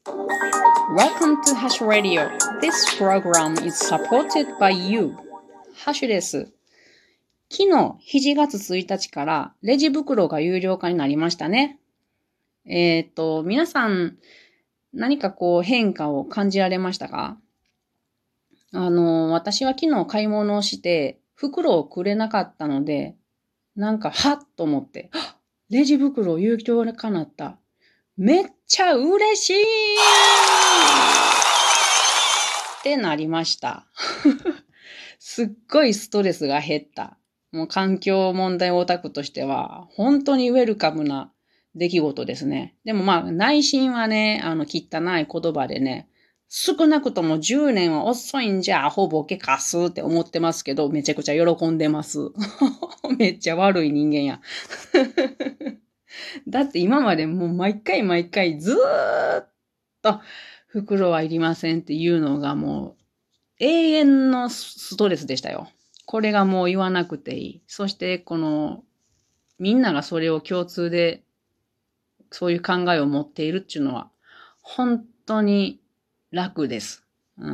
Welcome to Hash Radio. This program is supported by you. ハッシュです。昨日7月1日からレジ袋が有料化になりましたね。皆さん何か変化を感じられましたか？私は昨日買い物をして袋をくれなかったので、なんかはっと思って、レジ袋有料化なった。めっちゃ嬉しいってなりました。すっごいストレスが減った。もう環境問題オタクとしては、本当にウェルカムな出来事ですね。でも内心はね、汚い言葉でね、少なくとも10年は遅いんじゃ、ほぼけかすって思ってますけど、めちゃくちゃ喜んでます。めっちゃ悪い人間や。だって今までもう毎回ずーっと袋はいりませんっていうのがもう永遠のストレスでしたよ。これがもう言わなくていい。そしてみんながそれを共通でそういう考えを持っているっていうのは本当に楽です。うん。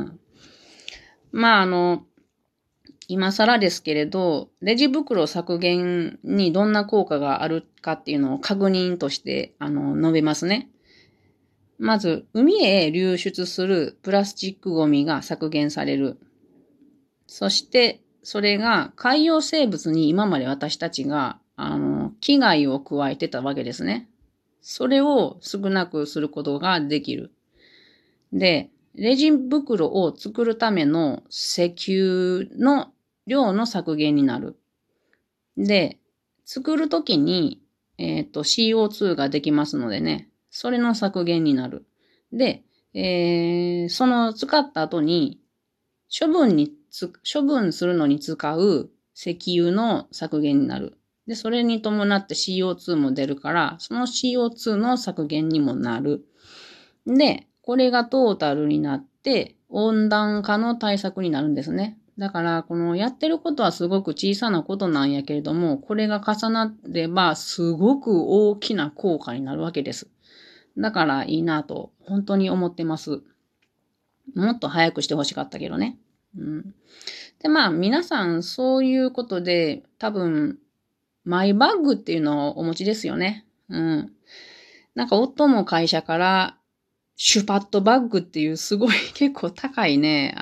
今更ですけれど、レジ袋削減にどんな効果があるかっていうのを確認として、述べますね。まず、海へ流出するプラスチックゴミが削減される。そして、それが海洋生物に今まで私たちが、危害を加えてたわけですね。それを少なくすることができる。で、レジ袋を作るための石油の量の削減になる。で、作るときに、CO2 ができますのでね、それの削減になる。で、その使った後に、処分するのに使う石油の削減になる。で、それに伴って CO2 も出るから、その CO2 の削減にもなる。で、これがトータルになって、温暖化の対策になるんですね。だから、このやってることはすごく小さなことなんやけれども、これが重なれば、すごく大きな効果になるわけです。だからいいなと、本当に思ってます。もっと早くしてほしかったけどね。うん。で、皆さん、そういうことで、多分、マイバッグっていうのをお持ちですよね。うん。なんか、夫も会社から、シュパットバッグっていうすごい結構高いね、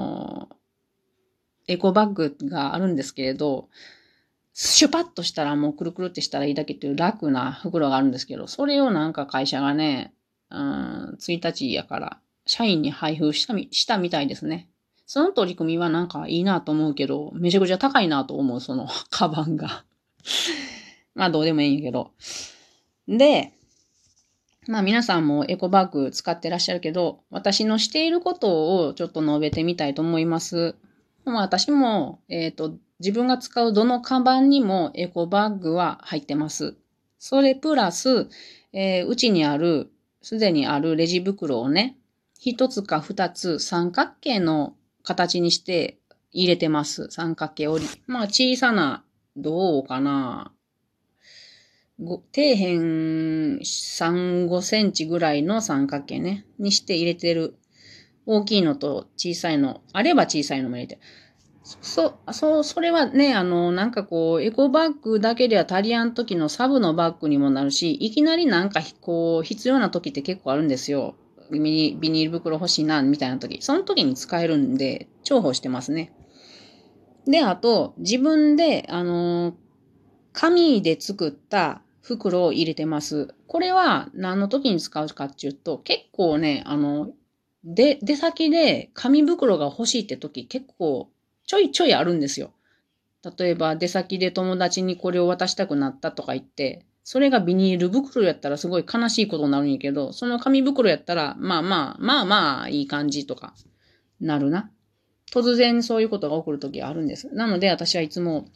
エコバッグがあるんですけれど、シュパッとしたらもうくるくるってしたらいいだけっていう楽な袋があるんですけど、それをなんか会社がね、1日やから社員に配布したみたいですね。その取り組みはなんかいいなと思うけど、めちゃくちゃ高いなと思う、そのカバンが。どうでもいいんやけど。で、皆さんもエコバッグ使ってらっしゃるけど、私のしていることをちょっと述べてみたいと思います。私も、自分が使うどのカバンにもエコバッグは入ってます。それプラス、うちにある、すでにあるレジ袋をね、一つか二つ三角形の形にして入れてます。三角形折り。小さな、どうかな。底辺3、5センチぐらいの三角形ね、にして入れてる。大きいのと小さいの、あれば小さいのも入れて。それはね、エコバッグだけでは足りやん時のサブのバッグにもなるし、いきなり必要な時って結構あるんですよ。ビニール袋欲しいな、みたいな時。その時に使えるんで、重宝してますね。で、あと、自分で、紙で作った袋を入れてます。これは何の時に使うかっていうと、結構ね、出先で紙袋が欲しいって時結構ちょいちょいあるんですよ。例えば出先で友達にこれを渡したくなったとか言って、それがビニール袋やったらすごい悲しいことになるんやけど、その紙袋やったら、いい感じとかなるな。突然そういうことが起こるときがあるんです。なので私はいつも、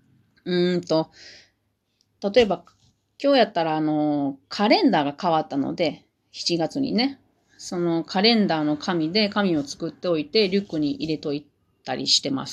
例えば今日やったらカレンダーが変わったので、7月にね、そのカレンダーの紙で紙を作っておいて、リュックに入れといたりしてます。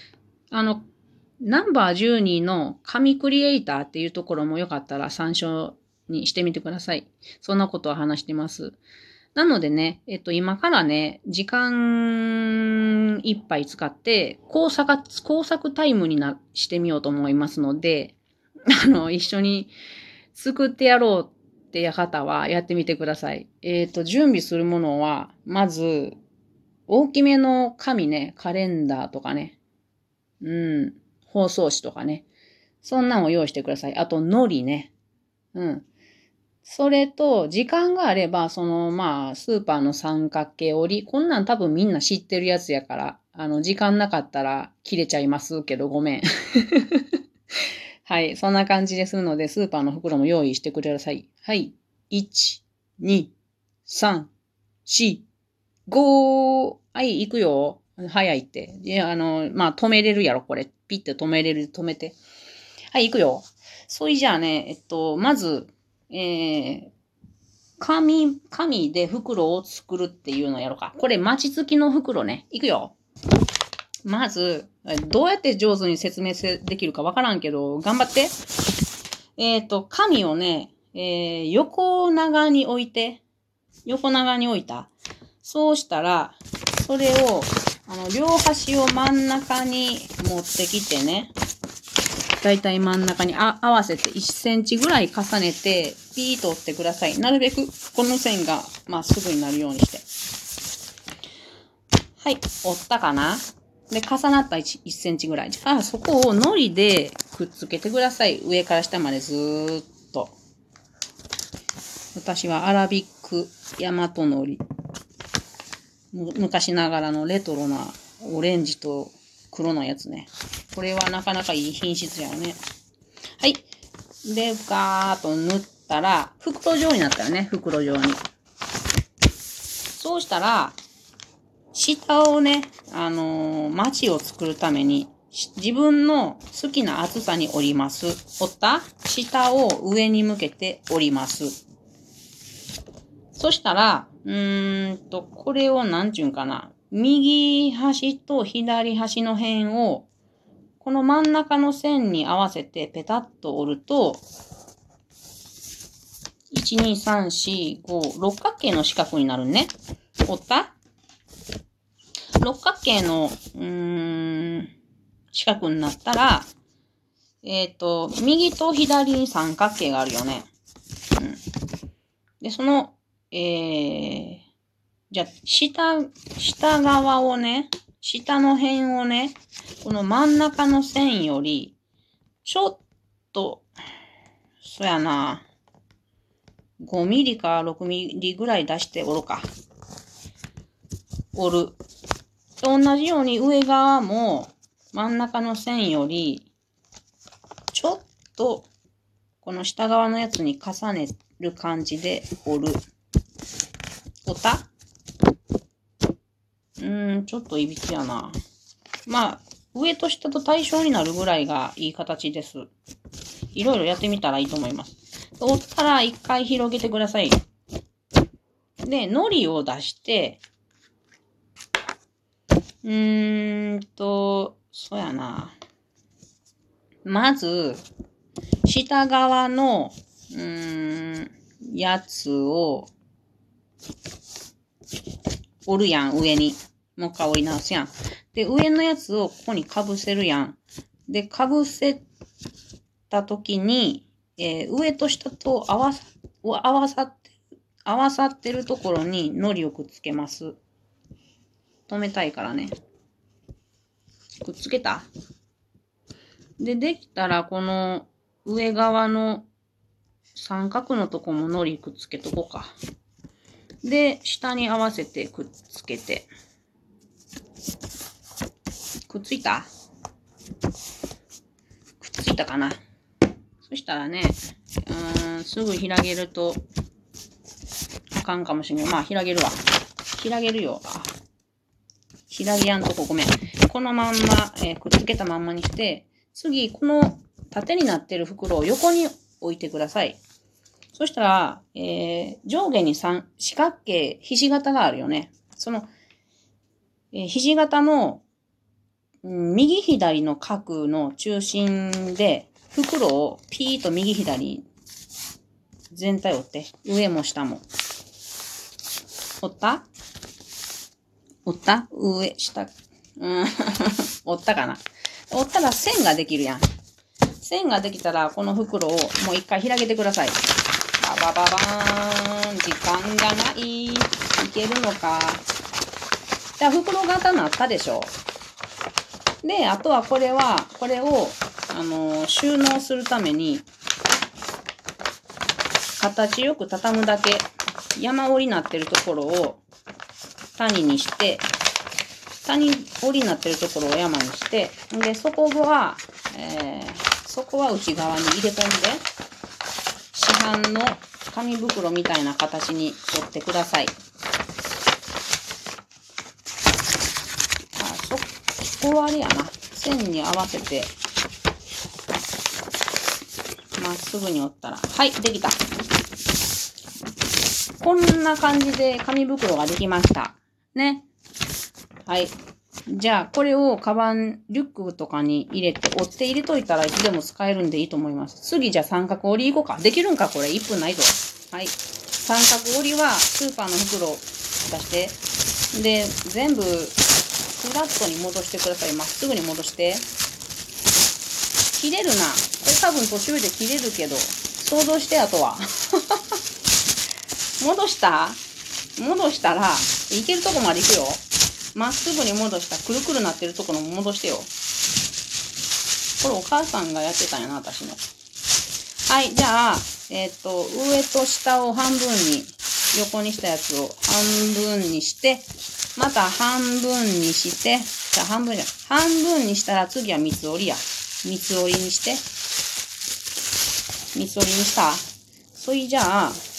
ナンバー12の紙クリエイターっていうところもよかったら参照にしてみてください。そんなことを話してます。 なのでね、今からね、時間いっぱい使って、工作タイムにしてみようと思いますので、一緒に作ってやろうって方はやってみてください。準備するものは、まず、大きめの紙ね、カレンダーとかね、包装紙とかね、そんなんを用意してください。あと、海苔ね。それと、時間があれば、スーパーの三角形折り、こんなん多分みんな知ってるやつやから、時間なかったら切れちゃいますけど、ごめん。はい、そんな感じでするので、スーパーの袋も用意してください。はい。1、2、3、4、5。はい、行くよ。早いって。いや、止めれるやろ、これ。ピッて止めて。はい、行くよ。それじゃあね、まず、紙で袋を作るっていうのをやろうか。これ、餅つきの袋ね。いくよ。まず、どうやって上手に説明できるかわからんけど、頑張って。紙をね、横長に置いて、横長に置いた。そうしたら、それを、両端を真ん中に持ってきてね。だいたい真ん中に合わせて1センチぐらい重ねて、ピーッと折ってください。なるべくこの線がまっすぐになるようにして。はい、折ったかな？で、重なった 1センチぐらい。じゃあ、そこを糊でくっつけてください。上から下までずーっと。私はアラビック大和糊。昔ながらのレトロなオレンジと黒のやつね。これはなかなかいい品質やよね。はい。で、ガーッと塗ったら、袋状になったよね。袋状に。そうしたら、下をね、町を作るために、自分の好きな厚さに折ります。折った下を上に向けて折ります。そしたら、これをなんちゅうんかな。右端と左端の辺を、この真ん中の線に合わせてペタッと折ると、1、2、3、4、5、六角形の四角になるね。折った六角形の、四角になったら、右と左に三角形があるよね。で、その、じゃあ、下側をね、下の辺をね、この真ん中の線より、ちょっと、そやな、5ミリか6ミリぐらい出して折るか。折る。同じように上側も真ん中の線より、ちょっと、この下側のやつに重ねる感じで折る。折ったちょっといびつやな。まあ、上と下と対称になるぐらいがいい形です。いろいろやってみたらいいと思います。折ったら一回広げてください。で、糊を出して、そうやな。まず、下側の、やつを、折るやん、上に。もう一回折り直すやん。で、上のやつをここに被せるやん。で、被せたときに、上と下と合わさってるところに糊をくっつけます。止めたいからね。くっつけた。で、できたら、この上側の三角のとこも糊くっつけとこうか。で、下に合わせてくっつけて。くっついた？くっついたかな？そしたらね、すぐ広げると、あかんかもしれない。まあ、広げるわ。広げるよ。広げやんとこごめん。このまんま、くっつけたまんまにして、次、この縦になってる袋を横に置いてください。そしたら、上下に四角形、ひし形があるよね。その、ひし形の、右左の角の中心で、袋をピーッと右左全体折って、上も下も。 折った折った上、下。折ったかな。折ったら線ができるやん。線ができたら、この袋をもう一回開けてください。ババババーン。時間がない。いけるのか。じゃあ、袋型になったでしょ。で、あとはこれを、収納するために、形よく畳むだけ。山折りになってるところを谷にして、谷折りになってるところを山にして、で、そこは内側に入れ込んで、市販の紙袋みたいな形に折ってください。ここはあれやな。線に合わせて、まっすぐに折ったら。はい、できた。こんな感じで紙袋ができました。ね。はい。じゃあ、これをカバン、リュックとかに入れて、折って入れといたらいつでも使えるんでいいと思います。次、じゃあ三角折りいこうか。できるんかこれ。1分ないぞ。はい。三角折りは、スーパーの袋を出して、で、全部、フラットに戻してください。まっすぐに戻して。切れるな。これ多分途中で切れるけど、想像して、あとは。戻したら、いけるとこまで行くよ。まっすぐに戻した。くるくるなってるところも戻してよ。これお母さんがやってたんやな、私の。はい、じゃあ、上と下を半分に、横にしたやつを半分にして、また半分にして、じゃあ半分にしたら次は三つ折りや。三つ折りにして。三つ折りにした。それじゃあ、